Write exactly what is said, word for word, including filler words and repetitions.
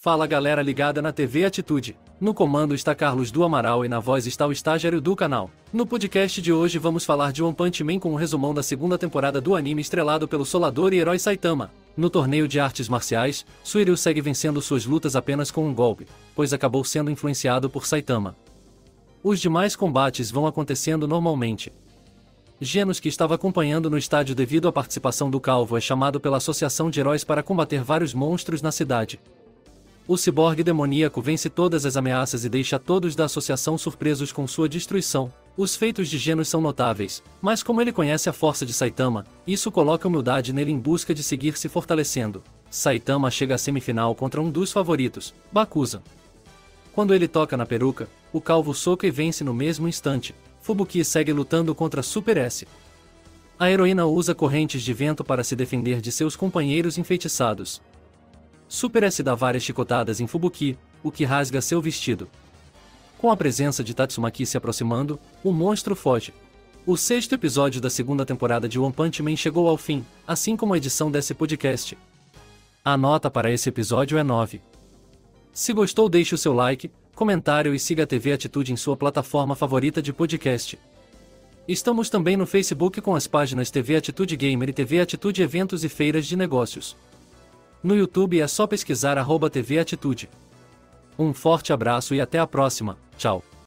Fala galera ligada na T V Atitude. No comando está Carlos do Amaral e na voz está o estagiário do canal. No podcast de hoje vamos falar de One Punch Man com um resumão da segunda temporada do anime estrelado pelo solador e herói Saitama. No torneio de artes marciais, Suiryu segue vencendo suas lutas apenas com um golpe, pois acabou sendo influenciado por Saitama. Os demais combates vão acontecendo normalmente. Genos, que estava acompanhando no estádio devido à participação do Calvo, é chamado pela Associação de Heróis para combater vários monstros na cidade. O ciborgue demoníaco vence todas as ameaças e deixa todos da associação surpresos com sua destruição. Os feitos de Genos são notáveis, mas como ele conhece a força de Saitama, isso coloca humildade nele em busca de seguir se fortalecendo. Saitama chega à semifinal contra um dos favoritos, Bakuza. Quando ele toca na peruca, o Calvo soca e vence no mesmo instante. Fubuki segue lutando contra Super S. A heroína usa correntes de vento para se defender de seus companheiros enfeitiçados. Super S dá várias chicotadas em Fubuki, o que rasga seu vestido. Com a presença de Tatsumaki se aproximando, o monstro foge. O sexto episódio da segunda temporada de One Punch Man chegou ao fim, assim como a edição desse podcast. A nota para esse episódio é nove. Se gostou, deixe o seu like, comentário e siga a T V Atitude em sua plataforma favorita de podcast. Estamos também no Facebook com as páginas T V Atitude Gamer e T V Atitude Eventos e Feiras de Negócios. No YouTube é só pesquisar arroba T V Atitude. Um forte abraço e até a próxima, tchau.